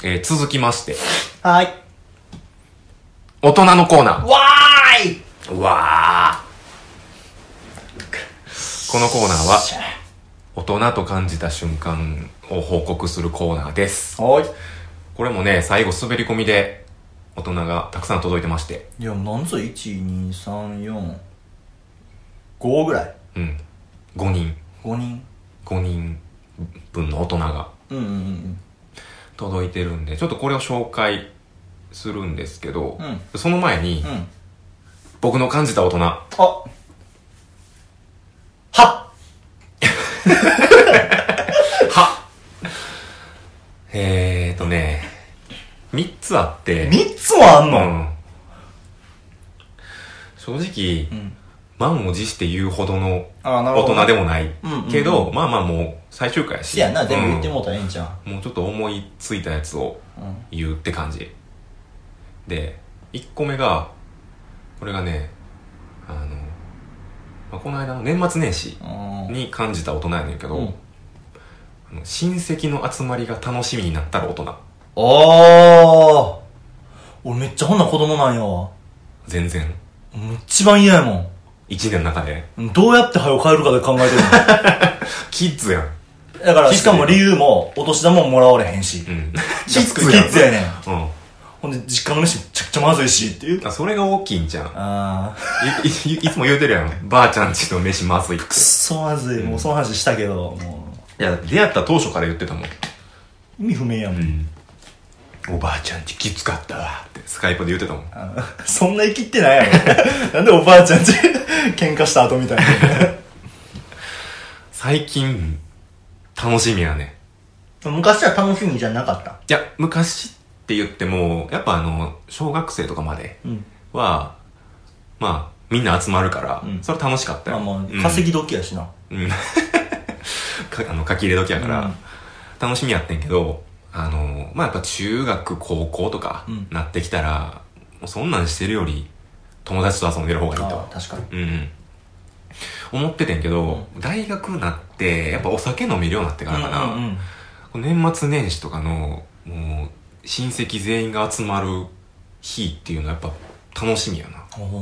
続きまして。 はい。 大人のコーナー。 わーい。 うわー。このコーナーは、大人と感じた瞬間を報告するコーナーです。 はい。 これもね、最後滑り込みで、大人がたくさん届いてまして。 いや、なんぞ、1、2、3、4、5ぐらい。 うん。5人。 5人。 5人分の大人が。届いてるんで、ちょっとこれを紹介するんですけど、その前に、僕の感じた大人。はは3つあって。 3つもあんの？ 正直、満を持して言うほどの大人でもないけど、まあまあもう最終回やし。 いやな、全部言ってもうたらええんちゃう。もうちょっと思いついたやつを言うって感じ。で、1個目が、これがね、この間の年末年始に感じた大人やねんけど、親戚の集まりが楽しみになったら大人。 俺めっちゃほんな子供なんやわ。 全然。 一番嫌やもん。 1年の中で。 どうやって早く帰るかで考えてるの。 キッズやん。 だからしかも理由もお年玉ももらわれへんし。キッズやねん。ほんで実家の飯めちゃくちゃまずいしっていう。 それが大きいんじゃん。いつも言うてるやん。ばあちゃんちの飯まずいって。 くっそまずい。もうその話したけど、もう。いや、出会った当初から言ってたもん。 意味不明やもん。 おばあちゃんちきつかったわってスカイプで言ってたもん。 そんな生きってないやろ。なんでおばあちゃんち喧嘩した後みたいな。 最近楽しみやね。 昔は楽しみじゃなかった？いや、昔って言ってもやっぱ小学生とかまでは、まあみんな集まるから、それ楽しかったよ。 まあ稼ぎ時やしな。 書き入れ時やから、楽しみやってんけど、まあ、やっぱ中学、高校とかなってきたら、もうそんなんしてるより友達と遊んでる方がいいと。 確かに。 思っててんけど、大学になって、やっぱお酒飲めるようになってからかな、年末年始とかの、もう、親戚全員が集まる日っていうのはやっぱ楽しみやな。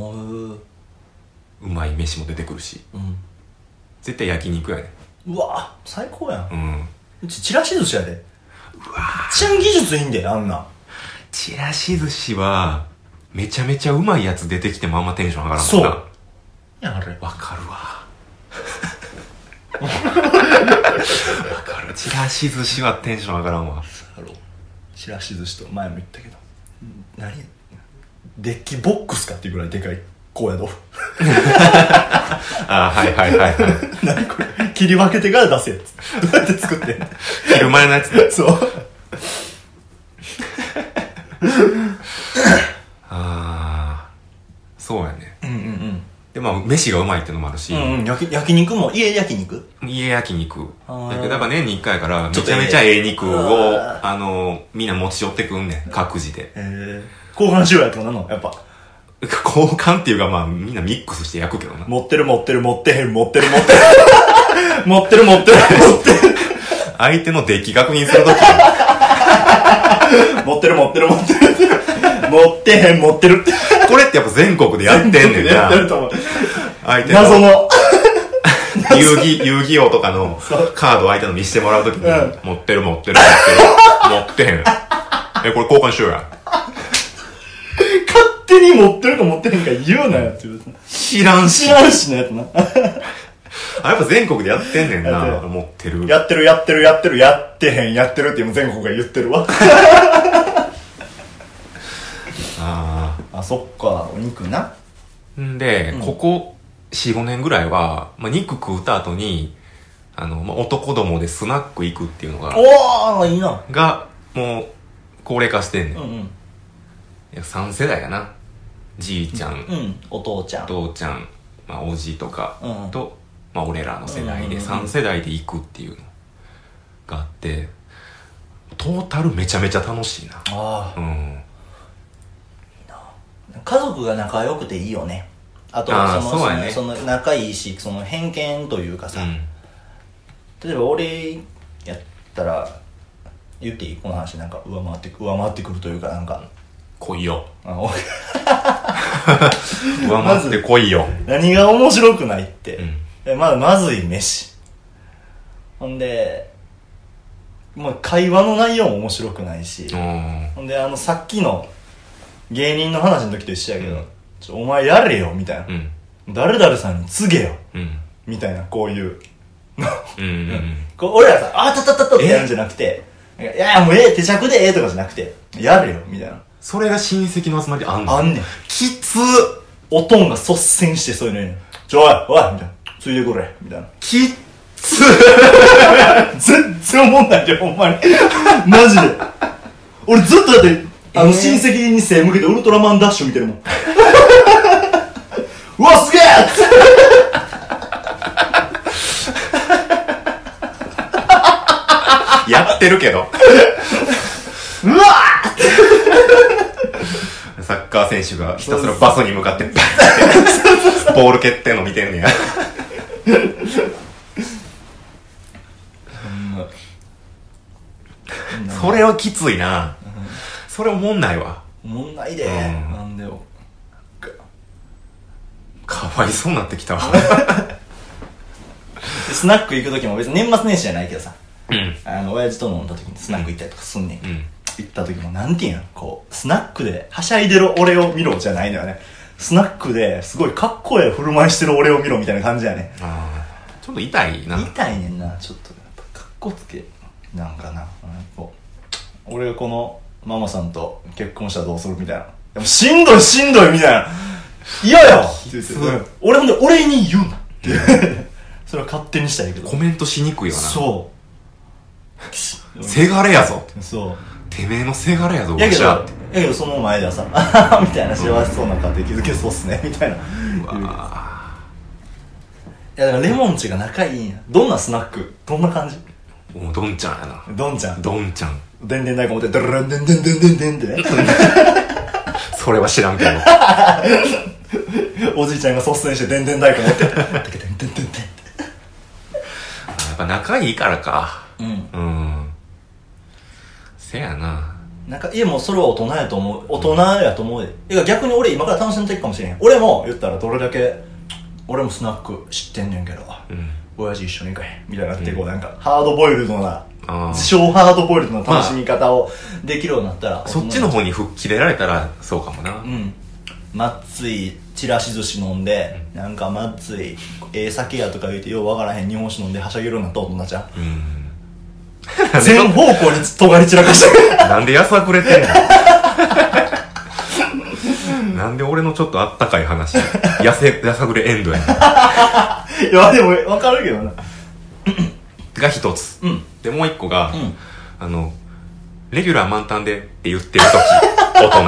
うまい飯も出てくるし。絶対焼肉やね。 うわ最高やん。 うちちらし寿司やで。ちゃん技術いいんだよ、あんな。 ちらし寿司は、めちゃめちゃうまいやつ出てきてもあんまテンション上がらんもんな。そう。 や、あれ。 わかるわ。わかる。ちらし寿司はテンション上がらんわ。 ちらし寿司と前も言ったけど。何デッキボックスかっていうぐらいでかい高野豆腐。 はいはいはいはい。 何これ切り分けてから出すやつ。どうやって作ってんの？ 切る前のやつ。 そう。 そうやね。で、まあ、飯がうまいってのもあるし。 焼肉も、家焼肉？ 家焼肉。だけど、だから年に1回から、めちゃめちゃええ肉を、みんな持ち寄ってくんねん。各自で。 交換しようやとかなのやっぱ。 交換っていうか、まあ、みんなミックスして焼くけどな。 持ってる持ってる持ってへん持ってる。 相手の出来確認するとき。 持ってる。持ってへん持ってるって。 これってやっぱ全国でやってんねんな。 やってると思う。 相手の。 謎の。 遊戯王とかのカードを相手の見せてもらうときに、持ってる。持ってへん。これ交換しようや。 勝手に持ってるか持ってへんか言うなよって言う。 知らんしのやつな。 やっぱ全国でやってんねんな。持ってる。 やってる。やってへん、やってるっても全国が言ってるわ。そっか、お肉な。 んで、ここ4、5年ぐらいは、まあ、肉食うた後に、まあ、男どもでスナック行くっていうのが、 いいな。 が、もう、高齢化してんねん。いや3世代やな。じいちゃん、 お父ちゃん、 まあ、おじとかと、まあ、俺らの世代で3世代で行くっていうのがあって、トータルめちゃめちゃ楽しいな。 家族が仲良くていいよね。あとその仲いいし、その偏見というかさ、例えば俺やったら言っていいこの話なんか上回ってくるというかなんか来いよ。 上回って来いよ。 何が面白くないって、まずい飯。ほんで、会話の内容も面白くないし、ほんでさっきの芸人の話の時と一緒やけど、お前やれよみたいな、誰々さんに告げよ、みたいなこういう俺らさあたたたたってやるんじゃなくて、いやもう手酌でとかじゃなくてやれよみたいな。 それが親戚の集まりあんの？ あんねん。 きつおとんが率先してそういうのにおいみたいなついてくれみたいな。 きつ全然思んないじゃんほんまにマジで俺ずっとだって親戚に背向けてウルトラマンダッシュ見てるもんうわすげえやってるけどうわーサッカー選手がひたすらバスに向かってバッてボール蹴ってんの見てんねやそれはきついな、それおもんないわ。 おもんないで、なんでよかわいそうになってきたわスナック行く時も別に年末年始じゃないけどさ、親父と飲んだ時にスナック行ったりとかすんねん、行った時もなんていうんやこうスナックではしゃいでる俺を見ろじゃないのよね。スナックですごいかっこええ振る舞いしてる俺を見ろみたいな感じやね。 ちょっと痛いな。 痛いねんなちょっとやっぱかっこつけなんかな、俺がこのママさんと結婚したらどうするみたいな。でもしんどいみたいな。嫌やって言って、俺ほんで俺に言うなってそれは勝手にしたいけどコメントしにくいよな。 そうせがれやぞ。 そうてめえのせがれやぞ。 やけどその前ではさみたいな幸せそうな家庭築けそうっすねみたいな。いやだからレモンチが仲いいんや。どんなスナックどんな感じ？ もうドンちゃんやな。 ドンちゃんでんでん太鼓持ってドルルンでんでんでんでんでんってそれは知らんけどおじいちゃんが率先してでんでん太鼓持ってやっぱ仲いいからか。せやな。 もうそれは大人やと思う。大人やと思うで。いや逆に俺今から楽しんでるかもしれん。俺も言ったらどれだけ俺もスナック知ってんねんけど、親父一緒に行かへんみたいなってこうなんかハードボイルドな自称ハードボイルドな楽しみ方をできるようになったら、 そっちの方に吹っ切れられたらそうかもな。 まっついちらし寿司飲んで、なんかまっつい酒やとか言うてようわからへん日本酒飲んではしゃげるようになった大人じゃん。全方向に尖り散らかしてなんでやさぐれてんのなんで俺のちょっとあったかい話やさぐれエンドやねん。 いやでも分かるけどなが一つ、でもう一個が、レギュラー満タンでって言ってる時大人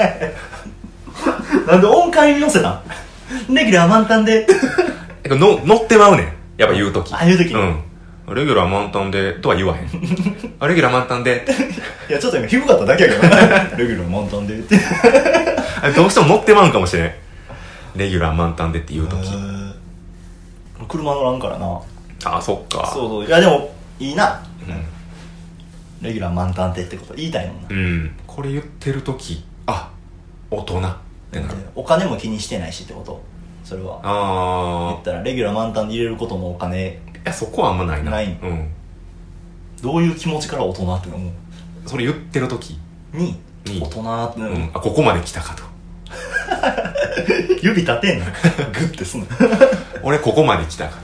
なんで音階に乗せたんレギュラー満タンで乗ってまうねんやっぱ言う時。 言う時レギュラー満タンでとは言わへんレギュラー満タンでいやちょっと今低かっただけやけどレギュラー満タンでってどうしても乗ってまうんかもしれん。レギュラー満タンでって言う時車乗らんからな。 そっか。 そういやでもいいな、レギュラー満タンでってこと言いたいもんな。 これ言ってる時大人ってなる。 お金も気にしてないしってこと。それは言ったらレギュラー満タンで入れることもお金そこはあんまないな。 どういう気持ちから大人って思う？ それ言ってる時に大人って、 ここまで来たかと指立てんのグッてすんの俺ここまで来たかと。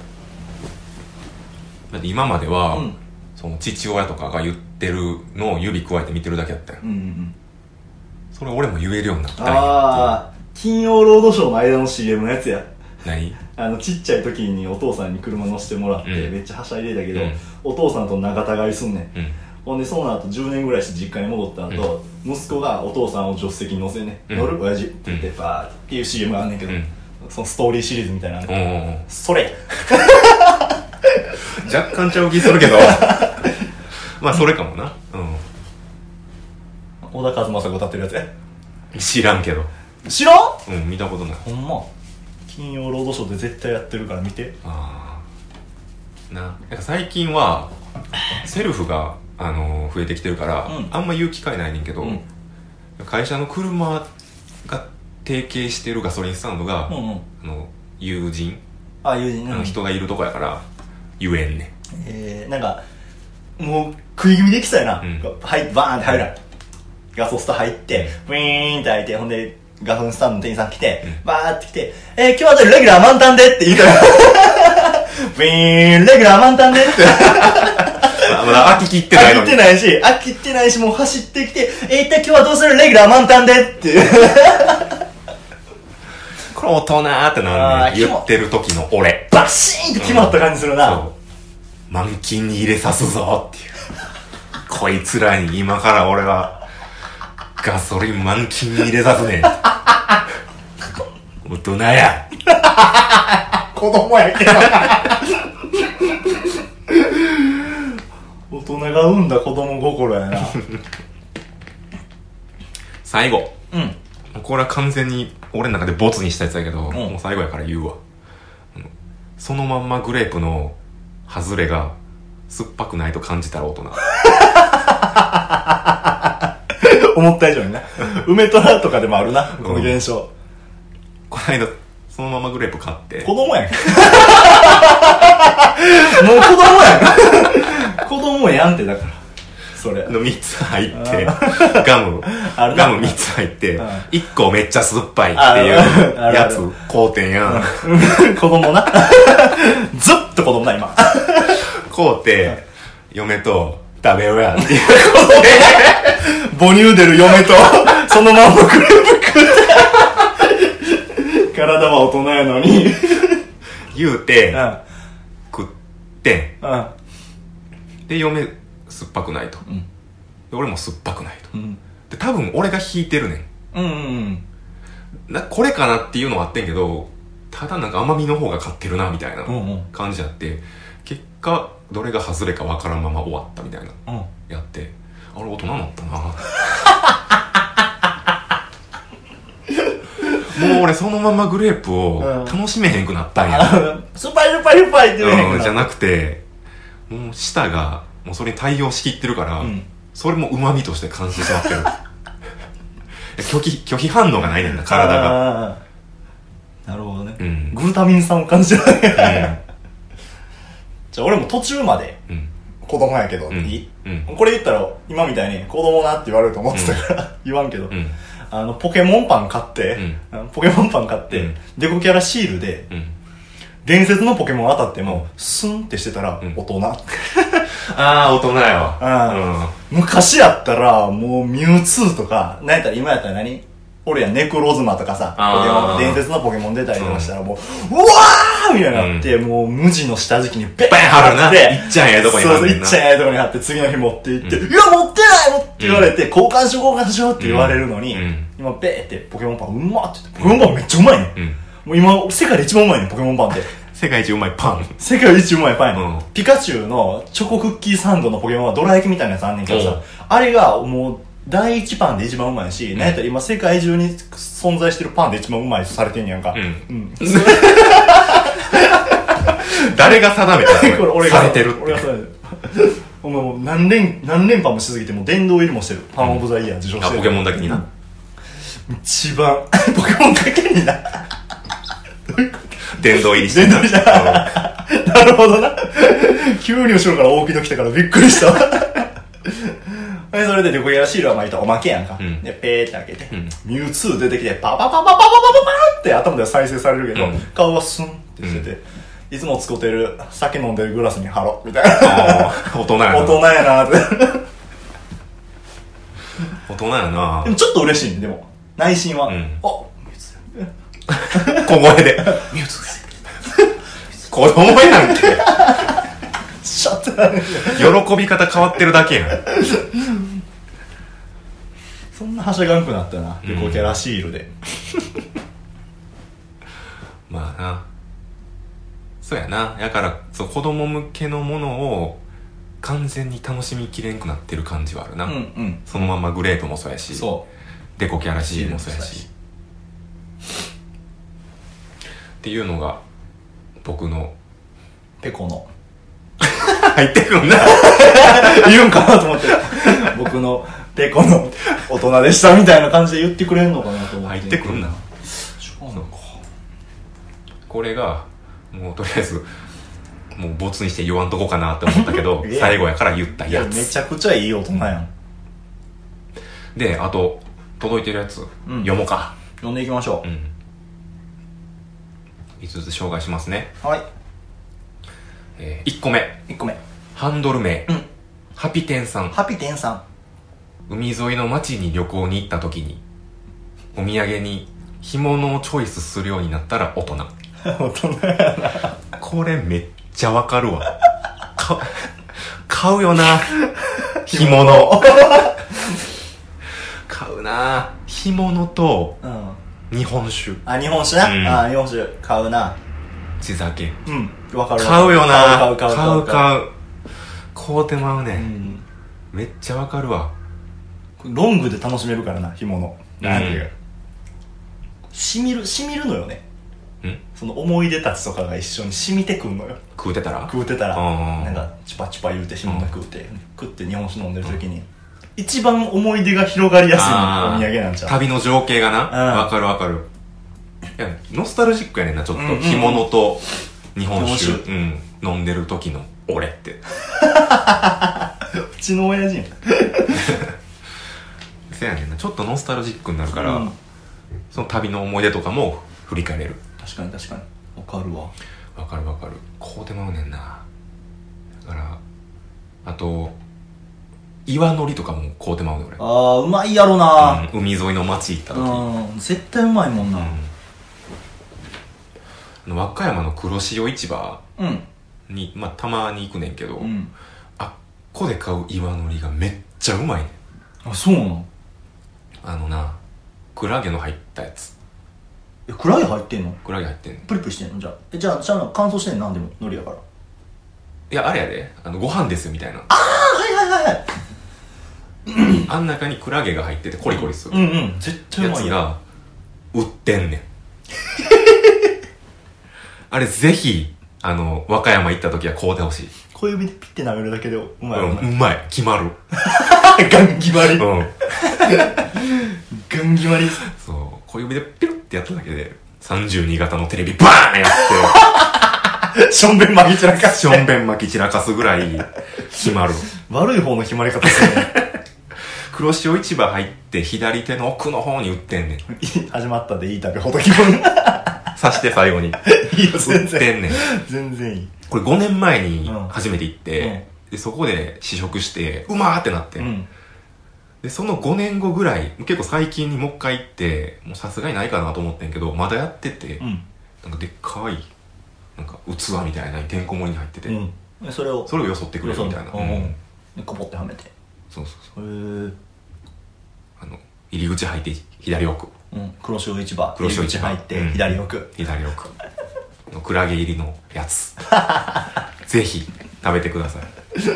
だって今までは、その父親とかが言ってるのを指くわえて見てるだけだったよ。それ俺も言えるようになった金曜ロードショーの間の CM のやつや。 何？ ちっちゃい時にお父さんに車乗せてもらって、めっちゃはしゃいでたけど、お父さんと仲違いすんねん、ほんでその後10年ぐらいして実家に戻った後、息子がお父さんを助手席に乗せね、乗る親父って言ってバーっていう CM があんねんけど、そのストーリーシリーズみたいなそれ若干ちゃう気するけどまあそれかもな。 小田和正が歌ってるやつや。 知らんけど。 知らん？ 見たことない。 ほんま金曜ロードショーで絶対やってるから見て。 なんか最近はセルフが、増えてきてるから、あんま言う機会ないねんけど、会社の車が提携してるガソリンスタンドが、友人人がいるとこやから言えんねん。なんかもう食い気味できそうやな、はい、バーンって入る、ガソスタ入ってウィーンって開いて、ほんでガソリンスタンドの店員さん来て、バーって来て、今日はレギュラー満タンでって言うからウィーンレギュラー満タンでってまだ飽き切ってないのに。 飽きてないし、もう走ってきて、一体今日はどうするレギュラー満タンでってこれ大人ってなんねん。言ってる時の俺。 バシーンって決まった感じするな。そう。 満金に入れさすぞっていう。こいつらに今から俺は、ガソリン満金に入れさすねん。大人や。 子供やけど。大人が生んだ子供心やな。 最後。これは完全に俺の中でボツにしたやつやけど、もう最後やから言うわ。そのまんまグレープの外れが酸っぱくないと感じたら大人。 思った以上にな。梅トラとかでもあるな、この現象。 この間そのままグレープ買って。 子供やん。もう子供やん。子供やんってだから。それ。 の3つ入って、ガム3つ入って、1個めっちゃ酸っぱいっていうやつ、買うてんやん。 子供な。ずっと子供な、今。 買うて、嫁と食べようやっていうことで、母乳出る嫁と、そのまんまグレープ食って。体は大人やのに言うて、食って、で嫁酸っぱくないと、で俺も酸っぱくないと、で多分俺が引いてるねん、これかなっていうのはあってんけど、ただなんか甘みの方が勝ってるなみたいな感じあって、結果どれが外れかわからんまま終わったみたいな、やって、あれ大人になったなもう俺そのままグレープを楽しめへんくなったんや。 スパイスパイスパイって言えへんくなった。 じゃなくて、もう舌がもうそれに対応しきってるから、それも旨味として感じてしまってる。拒否反応がないねんな、体が。 なるほどね。グルタミン酸を感じない。じゃあ俺も途中まで、子供やけど、いい？これ言ったら今みたいに子供なって言われると思ってたから言わんけど、ポケモンパン買って、デコキャラシールで、伝説のポケモン当たっても、スンってしてたら、大人。 ああ、大人やわ。 昔やったら、もうミュウツーとか、なんやったら今やったら何？俺やネクロズマとかさ、伝説のポケモン出たりとかしたらもう、うわーみたいになって、もう無地の下敷きにベーン貼って、 いっちゃんやとこに貼って。 そう、いっちゃんやとこに貼って、次の日持って行って、いや、持ってないのって言われて、交換しようって言われるのに、今、ベーってポケモンパンうまって言って、ポケモンパンめっちゃうまいね。もう今、世界で一番うまいね、ポケモンパンって。 世界一うまいパン。 世界一うまいパンやね。ピカチュウのチョコクッキーサンドのポケモンはドラ焼きみたいなやつあんねんけどさ、あれがもう、第一パンで一番うまいし、なんやったら今世界中に存在してるパンで一番うまいとされてんねやんか。 誰が定めたこれ俺がされてるって。 俺が定めてる。お前もう何連覇もしすぎてもう殿堂入りもしてる。パンオブザイヤー受賞してる。 ポケモンだけにな。 一番、ポケモンだけにな。どういうこと？ 殿堂入りして殿堂入りした。なるほどな。急に後ろから大きいの来たからびっくりした。それでデコキャラシールはまあ言ったらおまけやんか。で、ペーって開けて、ミュウツー出てきて、パパパパパパパパパって頭では再生されるけど、顔はスンってしてて、いつも使ってる酒飲んでるグラスに貼ろうみたいな。 大人やな。 大人やなって。 大人やな。 でもちょっと嬉しいね、でも。内心は。あ、ミュウツー。小声で。ミュウツー。子供やんけ。 シャッてなる。 喜び方変わってるだけやん。 そんなはしゃがんくなったな、デコキャラシールで。 まあな。そうやな。だからそう子供向けのものを完全に楽しみきれんくなってる感じはあるな。そのままグレープもそうやし、デコキャラシールもそうやし。っていうのが僕のペコの入ってくんな言うんかなと思って僕のペコの大人でしたみたいな感じで言ってくれんのかなと思って入ってくんな。 そうなのか。 これがもうとりあえずもうボツにして言わんとこかなって思ったけど最後やから言ったやつ。 めちゃくちゃいい大人やん。 で、あと届いてるやつ、読もうか。 読んでいきましょう。 5つ紹介しますね。 はい。 1個目。ハンドル名、ハピテンさん。 ハピテンさん。 海沿いの町に旅行に行った時にお土産に干物をチョイスするようになったら大人。 大人やな。 これめっちゃわかるわ。買うよな干物買うな。干物と日本酒。 日本酒な。日本酒買うな。 地酒。 わかる。 買うよな。 買う。 買うてまうねん。めっちゃわかるわ。 ロングで楽しめるからな、干物。なんていう。しみるのよね。その思い出たちとかが一緒に染みてくんのよ。 食うてたらなんかチュパチュパ言うて干物食って日本酒飲んでる時に一番思い出が広がりやすいのお土産なんちゃう。 旅の情景がな。わかる。いやノスタルジックやねんな、ちょっと。干物と日本酒飲んでる時の俺ってうちの親父やん。 せやねんな、ちょっとノスタルジックになるから、その旅の思い出とかも振り返れる。 確かにわかるわ。 わかるこうてまうねんな。だからあと岩のりとかもこうてまうね俺。 うまいやろな。 海沿いの町行った時絶対うまいもんな。 和歌山の黒潮市場に、たまに行くねんけど、あっこで買う岩のりがめっちゃうまいねん。 そうなの？ クラゲの入ったやつ。 クラゲ入ってんの？ クラゲ入ってんの。 プリプリしてんの？じゃあ乾燥してんの？なんでも海苔やから。 いや、あれやで、ご飯ですよみたいな。 はいあん中にクラゲが入っててコリコリする絶対うまいやつが売ってんねんあれぜひ和歌山行った時は買うてほしい。 小指でピッて舐めるだけでうまい。 うまい。決まるガン決まり。ガン決まり。 そう、小指でピロってやっただけで32型のテレビバーンやってしょんべん巻き散らかすぐらい決まる。 悪い方の決まり方するね。 黒潮市場入って左手の奥の方に売ってんねん。 始まったでいい食べほど気分刺して最後にいいよ、全然売ってんねん。 全然いい。 これ5年前に初めて行って、でそこで試食してうまーってなって、でその5年後ぐらい結構最近にもう一回行ってもうさすがにないかなと思ってんけどまだやってて、なんかでっかいなんか器みたいなてんこ盛りに入ってて、 それをよそってくれるみたいな。 コポってはめて。 そう入り口入って左奥、 黒潮市場入って左奥のクラゲ入りのやつぜひ食べてください。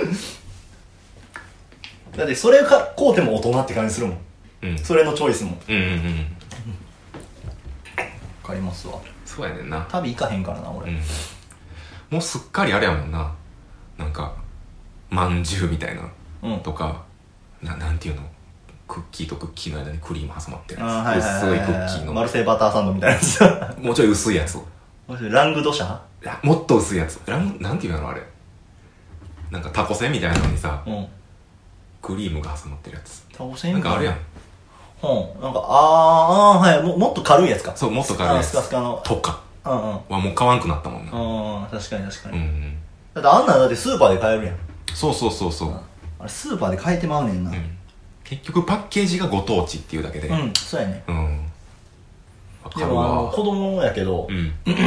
だってそれ買うても大人って感じするもん。それのチョイスも。わかりますわ。 そうやねんな。 旅行かへんからな俺。 もうすっかりあれやもんな。なんかまんじゅうみたいなとか、なんていうの、クッキーとクッキーの間にクリーム挟まってるやつ、薄いクッキーのマルセイバターサンドみたいなやつ。 もうちょい薄いやつ。 ラングドシャ？ もっと薄いやつ。なんていうのあれ、なんかタコせんみたいなのにさ、クリームが挟まってるやつ。 タコせんなんかあるやん。 なんかはい、もっと軽いやつか。 そう、もっと軽いやつ。 スカスカのとかはもう買わんくなったもんな。 確かに。だってあんなのだってスーパーで買えるやん。 そう。 あれスーパーで買えてまうねんな。 結局パッケージがご当地っていうだけで。 そうやね。 わかるわ。 子供やけど、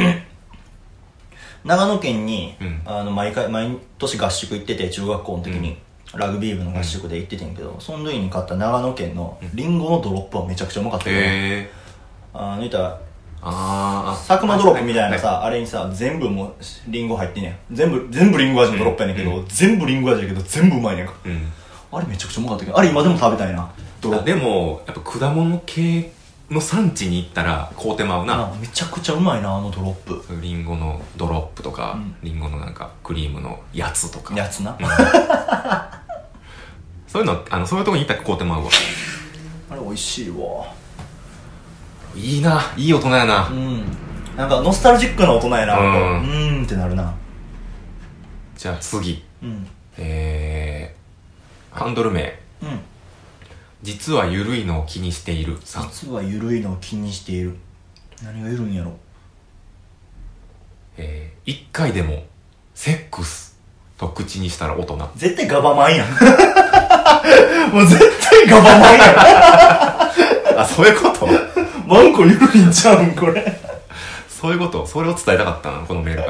長野県に毎年合宿行ってて、中学校の時にラグビー部の合宿で行っててんけど、その時に買った長野県のリンゴのドロップはめちゃくちゃうまかったよ。言ったら佐久間ドロップみたいなさ、あれにさ全部もうリンゴ入ってんねん。全部リンゴ味のドロップやねんけど、全部リンゴ味やけど全部うまいねんか。あれめちゃくちゃうまかったけど、あれ今でも食べたいな。 でもやっぱ果物系の産地に行ったら買うてまうな。 めちゃくちゃうまいな、あのドロップ。 リンゴのドロップとか、リンゴのなんかクリームのやつとか。 やつな。 そういうの、そういうとこに行ったら買うてまうわ。 あれ美味しいわ。 いいな、いい大人やな。 なんかノスタルジックな大人やな。ってなるな。 じゃあ次。ハンドル名。実はゆるいのを気にしているさん。 実はゆるいのを気にしている。何がゆるいんやろ。 一回でもセックスと口にしたら大人。 絶対ガバマンやん。もう絶対ガバマンやん。 あ、そういうこと。 マンコゆるいんちゃうんこれ。 そういうこと。それを伝えたかったな、このメールから。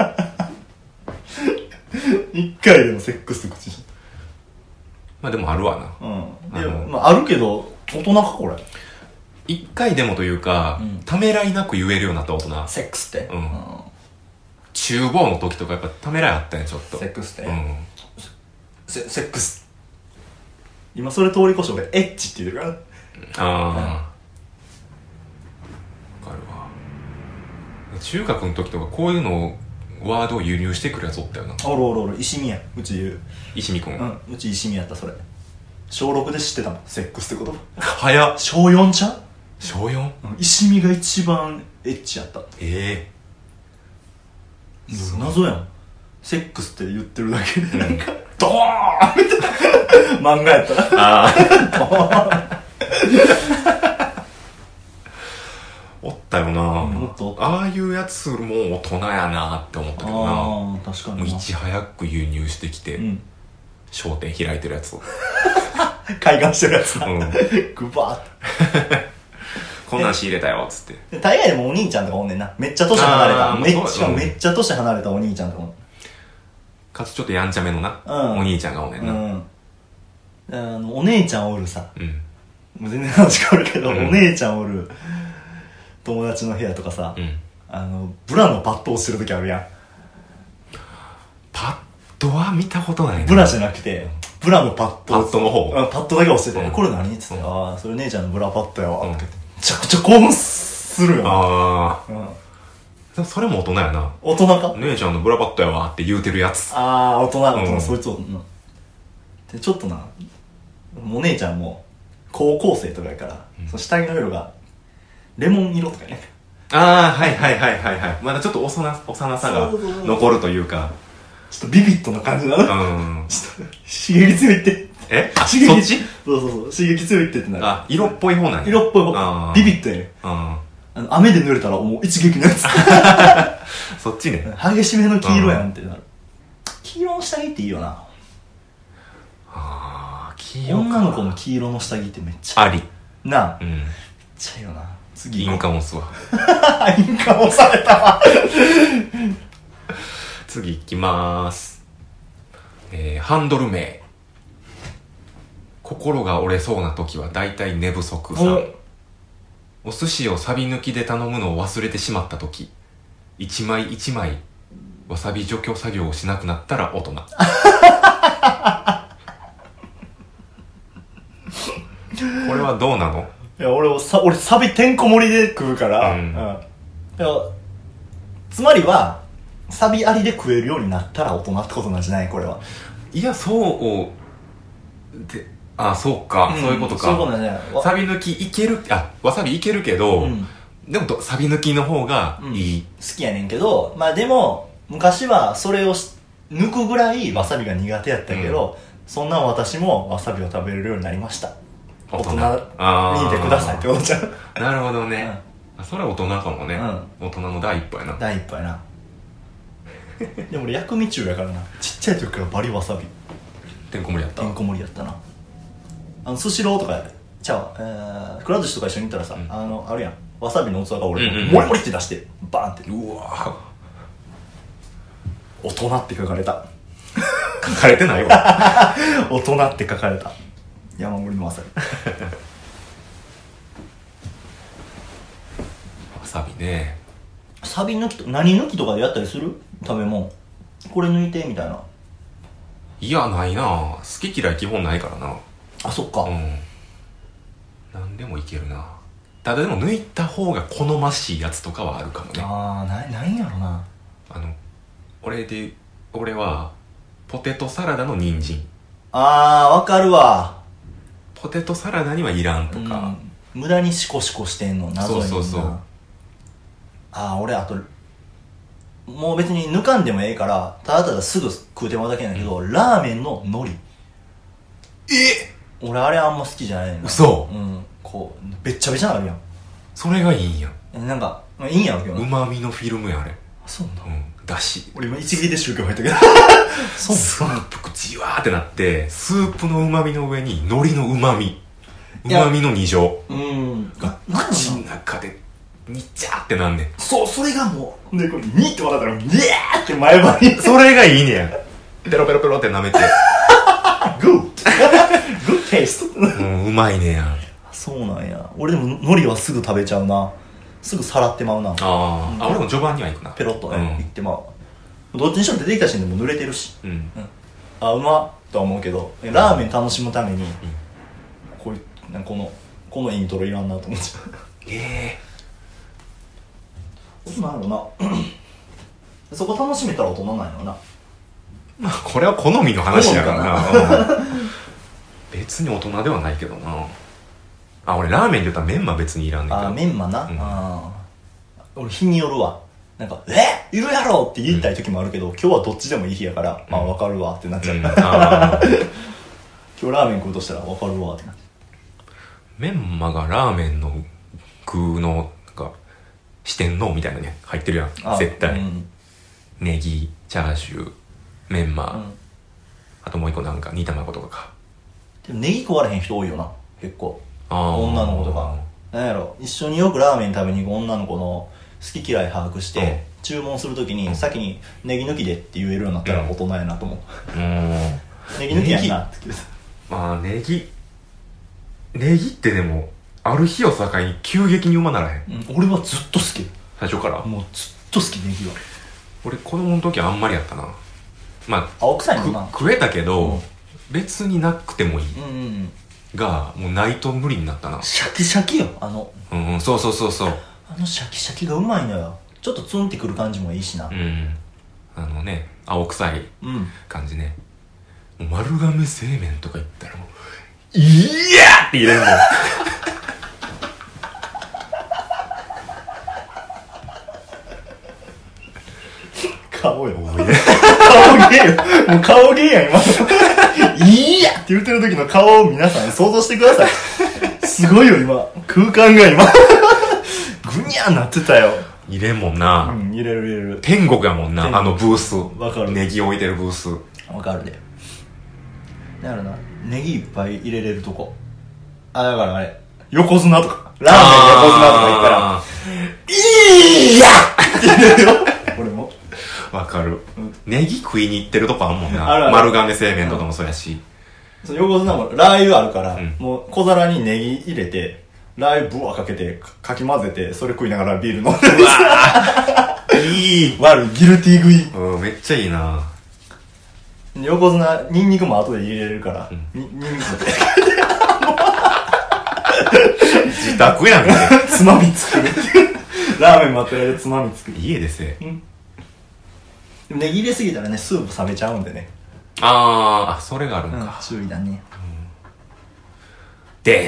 一回でもセックスと口にした。 まあでもあるわな。 あるけど大人かこれ。 一回でもというか、ためらいなく言えるようになった大人。 セックスって。 厨房の時とかやっぱためらいあったね、ちょっと。 セックスって。セックス。今それ通り越して俺エッチって言うから。 わかるわ。中学の時とかこういうのをワードを輸入してくるやつおったよな。 おる石見や、うち言う。 石見くん。 うち石見やった。それ小6で知ってたもん、セックスってこと早っ。 小4ちゃう。 小 4？ 石見が一番エッチやった。謎やん。セックスって言ってるだけでなんかドーンみたいな漫画やったらドーンおったよな。ああいうやつも大人やなって思ったけどな。 確かに。 もういち早く輸入してきて、商店開いてるやつを開眼してるやつな。グバーってこんなん仕入れたよっつって。 大概でもお兄ちゃんとかおんねんな。めっちゃ年離れた。めっちゃ年離れたお兄ちゃんとかも。 かつちょっとやんちゃめのな、お兄ちゃんがおんねんな。お姉ちゃんおるさ。もう全然話変わるけど、お姉ちゃんおる友達の部屋とかさ、ブラのパッドをしてる時あるやん。 パッドは見たことないな。 ブラじゃなくてブラのパッド。 パッドの方。 パッドだけ押してて、これ何っつって、それ姉ちゃんのブラパッドやわって。めちゃくちゃ興奮するよ。 それも大人やな。 大人か。 姉ちゃんのブラパッドやわって言うてるやつ。 大人、そいつをでちょっとな、お姉ちゃんも高校生とかやから、その下着の色がレモン色とかね。 はい。まだちょっと幼さが残るというか、 ちょっとビビッドな感じなの。ちょっと刺激強いって。 そっち？ そう刺激強いってなる。 色っぽい方なんや。 色っぽい方。ビビッドやね。雨で濡れたらもう一撃のやつ。 そっちね。 激しめの黄色やんってなる。黄色の下着っていいよな。 黄色か。 女の子の黄色の下着ってめっちゃありな。めっちゃいいよな。 次インカモスはインカモされたわ。 次いきまーす。ハンドル名。心が折れそうな時はだいたい寝不足さん。お寿司をサビ抜きで頼むのを忘れてしまった時、一枚一枚わさび除去作業をしなくなったら大人。これはどうなの？ いや俺サビてんこ盛りで食うから、つまりはサビありで食えるようになったら大人ってことなんじゃない？これは。 いや、そうで、そうか、そういうことか。 そういうことなんじゃない？ サビ抜きいける、わさびいけるけど、でもサビ抜きの方がいい。 好きやねんけど、まあでも昔はそれを抜くぐらいわさびが苦手やったけど、そんな私もわさびを食べれるようになりました。大人にいてくださいってことじゃん。 なるほどね。それは大人かもね。大人の第一歩やな。 第一歩やな。でも俺薬味中やからな。ちっちゃい時からバリわさびてんこ盛りやった。 てんこ盛りやったな。スシローとかちゃう、くら寿司とか一緒に行ったらさ、あるやん、わさびの器が俺モリモリって出してバーンって、 うわ大人って書かれた。 書かれてないわ。 大人って書かれた山盛りのわさび。 わさびね。 サビ抜きと何抜きとかでやったりする？食べ物これ抜いてみたいな。 いや、ないな。好き嫌い基本ないからな。 あ、そっか。 何でもいけるな。 ただでも抜いた方が好ましいやつとかはあるかもね。 ないんやろな。 俺はポテトサラダの人参。 わかるわ。 ポテトサラダにはいらんとか、 無駄にシコシコしてんの謎にな。 そう俺あともう別に抜かんでもええからただただすぐ食うてまうだけなんだけど、ラーメンの海苔。俺あれあんま好きじゃないの。 嘘。 こうべっちゃべちゃなるやん。 それがいいんや。 なんかいいんやろけどうまみのフィルムやあれ。 そうなんだ。 だし。 俺今一撃で宗教入ったけどそうスープ口わーってなって、スープのうまみの上に海苔のうまみの2乗が口の中でにっちゃーってなんねん。 それがもうでこれにって笑ったらニャーって前歯にそれがいいねや。ペロペロペロって舐めてグッテイスト。 うまいねや。 そうなんや。俺でも海苔はすぐ食べちゃうな。すぐさらってまうな。 俺も序盤には行くな。 ペロッとね、いってまう。どっちにしろ出てきた時点でもう濡れてるし、うまっとは思うけど、ラーメン楽しむために、このイントロいらんなと思っちゃう。なんやろなそこ楽しめたら大人なんやろな。 まあこれは好みの話やからな別に大人ではないけどな。俺ラーメンで言ったらメンマ別にいらんねんけど。 メンマな。俺日によるわ。なんかいるやろって言いたい時もあるけど、今日はどっちでもいい日やから、分かるわってなっちゃう。今日ラーメン食うとしたら分かるわってなっちゃう。メンマがラーメンの具の四天王みたいなね入ってるやん絶対。ネギ、チャーシュー、メンマ、あともう一個なんか煮卵とかか。 でもネギ食われへん人多いよな結構。女の子とかなんやろ、一緒によくラーメン食べに行く女の子の好き嫌い把握して、注文するときに先にネギ抜きでって言えるようになったら大人やなと思う。ネギ抜きやんなって言ってた。 ネギってでもある日を境に急激にうまならへん。 俺はずっと好き。 最初からもうずっと好き。ネギは俺子供の時はあんまりやったな。 青臭いもんな。 食えたけど、別になくてもいい、がもうないと無理になったな。 シャキシャキよそうシャキシャキがうまいのよ。ちょっとツンってくる感じもいいしな。 青臭い感じね。もう丸亀製麺とか言ったらもういやーって入れるもん顔よ。顔芸よ。もう顔芸やん今のいやって言ってる時の顔を皆さん想像してください。すごいよ今空間が今ぐにゃーなってたよ。 入れんもんな。 入れる天国やもんな。ブース。 わかる。 ネギ置いてるブース。 わかるで。だからな、ネギいっぱい入れれるとこ。だからあれ横綱とかラーメン横綱とか言ったらいやって言うよ俺もわかる、ネギ食いに行ってるとこあんもんな。丸亀製麺とかもそうやし、 横綱もラー油あるから、もう小皿にネギ入れてラー油ブワーかけてかき混ぜてそれ食いながらビール飲んでる。いい悪いギルティー食い。 めっちゃいいな。 横綱ニンニクも後で入れれるから、ニンニクも自宅やんけ。 つまみ作るラーメン待ってる間つまみ作る。 家でせ。 でもネギ入れすぎたらねスープ冷めちゃうんでね。 それがあるんか。 注意だね。 です。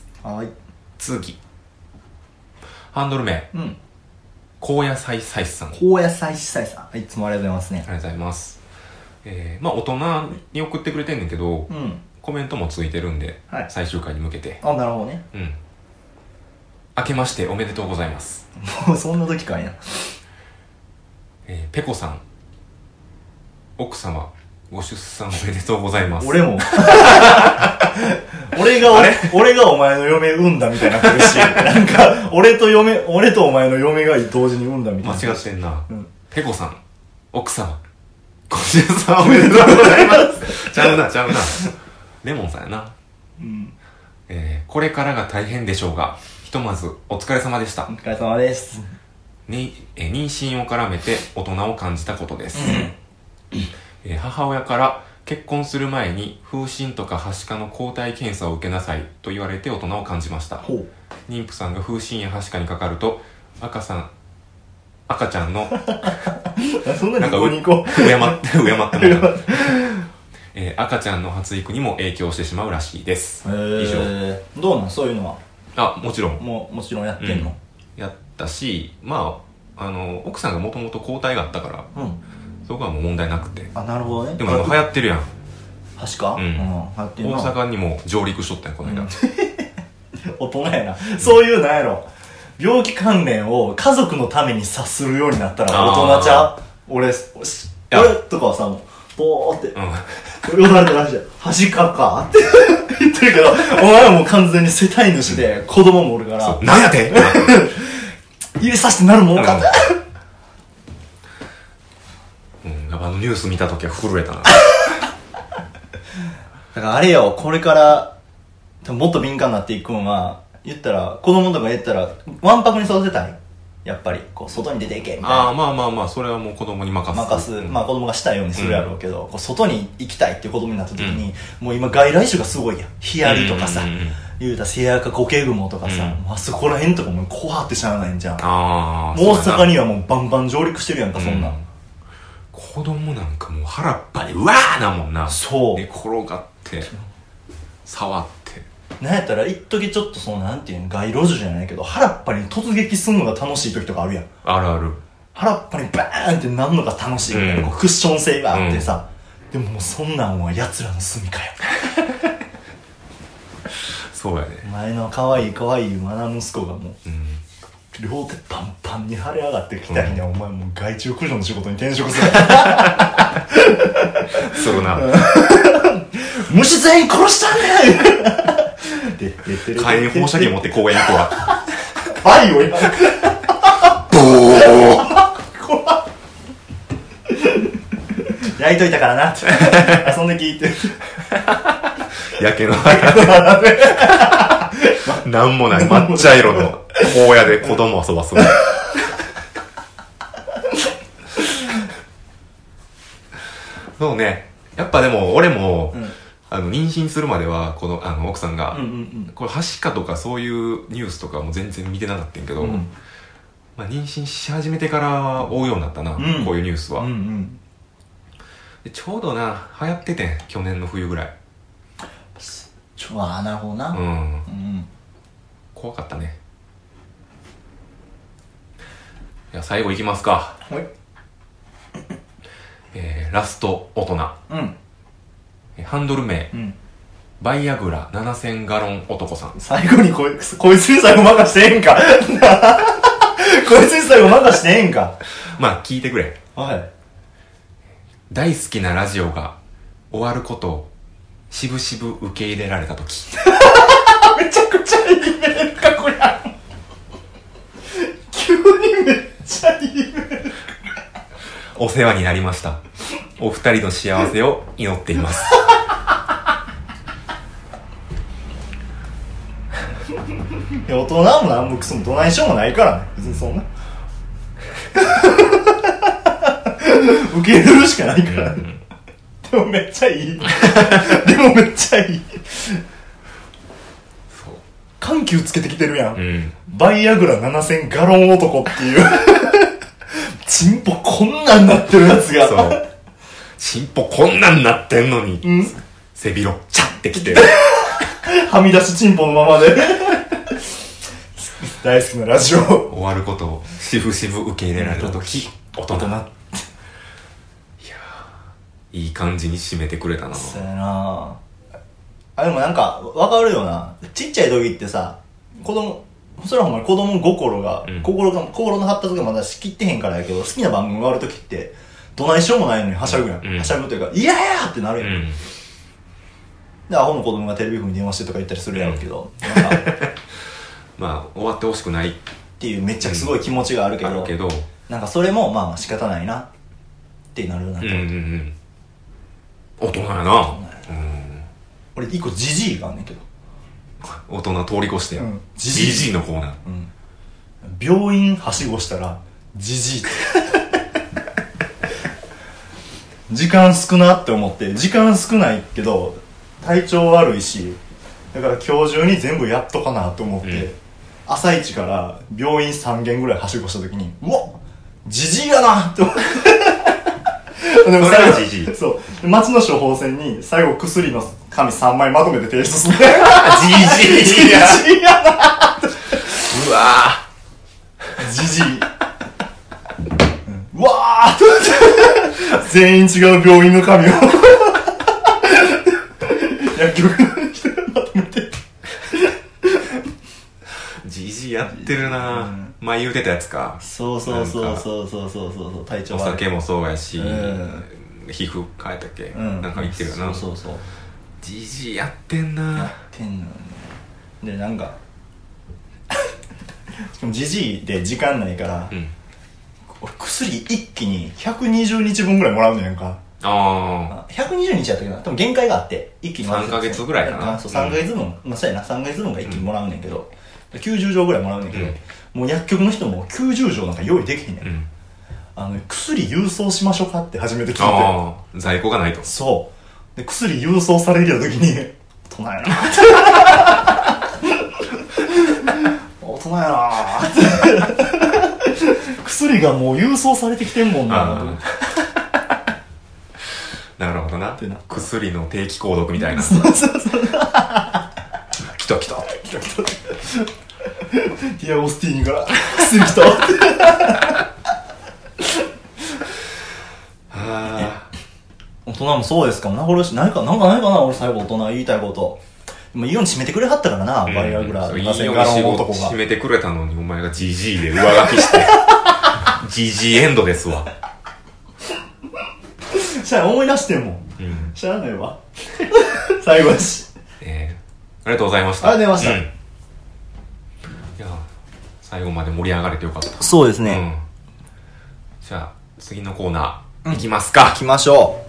はい。 次ハンドル名、高野菜菜師さん。 高野菜菜さん、いつもありがとうございますね。 ありがとうございます。大人に送ってくれてんねんけど、コメントもついてるんで、最終回に向けて。 なるほどね。 明けましておめでとうございます。 もうそんな時かいな。 ペコさん、奥様ご出産おめでとうございます。 俺も俺がお前の嫁産んだみたいになってるし、なんか俺とお前の嫁が同時に産んだみたいな。 間違ってんな。ペコさん、奥様ご出産おめでとうございますちゃうなレモンさんやな。これからが大変でしょうが、ひとまずお疲れ様でした。 お疲れ様です。 妊娠を絡めて大人を感じたことです。母親から結婚する前に風疹とかはしかの抗体検査を受けなさいと言われて大人を感じました。 妊婦さんが風疹やはしかにかかると赤ちゃんのそんなにニコニコ敬ってもらう赤ちゃんの発育にも影響してしまうらしいです。以上。 どうなんそういうのは。 もちろんもちろんやってんの、 やったし、奥さんがもともと抗体があったから、そこはもう問題なくて。 なるほどね。 でも流行ってるやん。 はしか、流行ってんな。 大阪にも上陸しとったやんこの間、 大人やな、そういうなんやろ、病気関連を家族のために察するようになったら大人ちゃう。俺とかはさ、ボーってよだれてらっしゃるはしかかって言ってるけど、お前はもう完全に世帯主で子供もおるからなんやて入れさせてなるもんかって、 やっぱニュース見たときは震えたなだからあれよ、これからもっと敏感になっていくのは、言ったら子供とか言ったらわんぱくに育てたい、やっぱりこう外に出ていけみたいな。 まあそれはもう子供に任す、 子供がしたいようにするやろうけど、こう外に行きたいっていう子供になった時に、もう今外来種がすごいやん。ヒアリとかさ、言うたらセアカゴケグモとかさ、あそこら辺とかもう怖ってしゃあないんじゃん。大阪にはもうバンバン上陸してるやんか、そんなん。 子供なんかもう腹っぱでうわーなもんな。 そう寝転がって触って、 なんやったら一時ちょっとそのなんていうの、街路樹じゃないけど腹っぱに突撃すんのが楽しい時とかあるやん。 あるある。 腹っぱにバーンってなんのが楽しいみたいな、こうクッション性があってさ、でももうそんなんは奴らの住みかよそうやね。 前の可愛いマナ息子がもう、両手パンパンに腫れ上がってきた日には、お前もう害虫駆除の仕事に転職するするな虫全員殺したねって言ってる。 火炎放射器持って公園行くわバイオやボー怖っ焼いといたからなって遊んで聞いてやけのなんもない抹茶色の荒野で子供遊ばすそうね。やっぱでも俺も、妊娠するまではこの奥さんが、これはしかとかそういうニュースとかも全然見てなかったんやけど、妊娠し始めてから追うようになったな、こういうニュースは、でちょうどな流行っててん、去年の冬ぐらい。 なるほどな。 怖かったね。いや最後いきますか。ラスト大人、ハンドル名、バイアグラ7000ガロン男さん。 最後にこいつに最後任してええんかこいつに最後任してええんか。 まあ聞いてくれ。大好きなラジオが終わることをしぶしぶ受け入れられたときめちゃくちゃいいメールかこやん急にめっちゃいいメールお世話になりました。お二人の幸せを祈っていますいや大人もなんもクソもどないしようもないからね、別にそんな受け入れるしかないから、でもめっちゃいいでもめっちゃいいそう緩急つけてきてるやん、バイアグラ7000ガロン男っていうチンポこんなんなってるやつが、 そうチンポこんなんなってんのに、背広チャってきてはみ出しチンポのままで大好きなラジオ終わることをしぶしぶ受け入れられた時、大人。いやいい感じに締めてくれたな。 そうやなでもなんか分かるよな。ちっちゃい時ってさ、それはほんまに子供心が、心の発達がまだしきってへんからやけど、好きな番組が終わる時ってどないしようもないのにはしゃぐやん、はしゃぐというか、いやーってなるやん、でアホの子供がテレビ局に電話してとか言ったりするやろうけど、なんかまあ終わってほしくないっていうめっちゃすごい気持ちがあるけど、なんかそれもまあ仕方ないなってなるようになって、 大人やな。 俺一個ジジイがあんねんけど、 大人通り越してジジイのコーナー、 病院はしごしたらジジイ時間少なって思って、時間少ないけど体調悪いし、だから今日中に全部やっとかなと思って、 朝一から病院3軒ぐらいはしごした時に、うわジジイやなって思って。でも最後、そう。町の処方箋に最後薬の紙3枚まとめて提出する。ジジイやなって。 うわぁ。ジジイ。うわーって全員違う病院の紙を薬局の人がまとめて。 ジジイやってるなぁ。前言うてたやつか。 そう体調悪い。 お酒もそうやし、皮膚変えたっけ、なんか言ってるよな。 そうジジイやってんな。 やってんのよね。でなんかしかもジジイで時間ないから、俺薬一気に120日分ぐらいもらうのやんか。120日やったけど多分限界があって一気にもらう。 3ヶ月ぐらいかな。 そう3ヶ月分、まあそうやな、3ヶ月分が一気にもらうねんけど、90錠ぐらいもらうねんけど、もう薬局の人も90錠なんか用意できへんねん。薬郵送しましょうかって初めて聞いて。 在庫がないと。 そうで薬郵送されるよ時に大人やな大人やな薬がもう郵送されてきてんもんなと思って。 なるほどな。薬の定期購読みたいな。 そう来たディアゴスティーニから薬来た大人もそうですかもな。俺何かないかな。俺最後大人言いたいこと。でもいいように締めてくれはったからな、バイアグラ 2000ガロン男が締めてくれたのにお前がジジイで上書きしてジジイエンドですわ。 しゃあ思い出してんもん、しゃあないわ最後だし、 ありがとうございました。 ありがとうございました、 いや最後まで盛り上がれてよかった。 そうですね、 じゃあ次のコーナー、いきますか。 行きましょ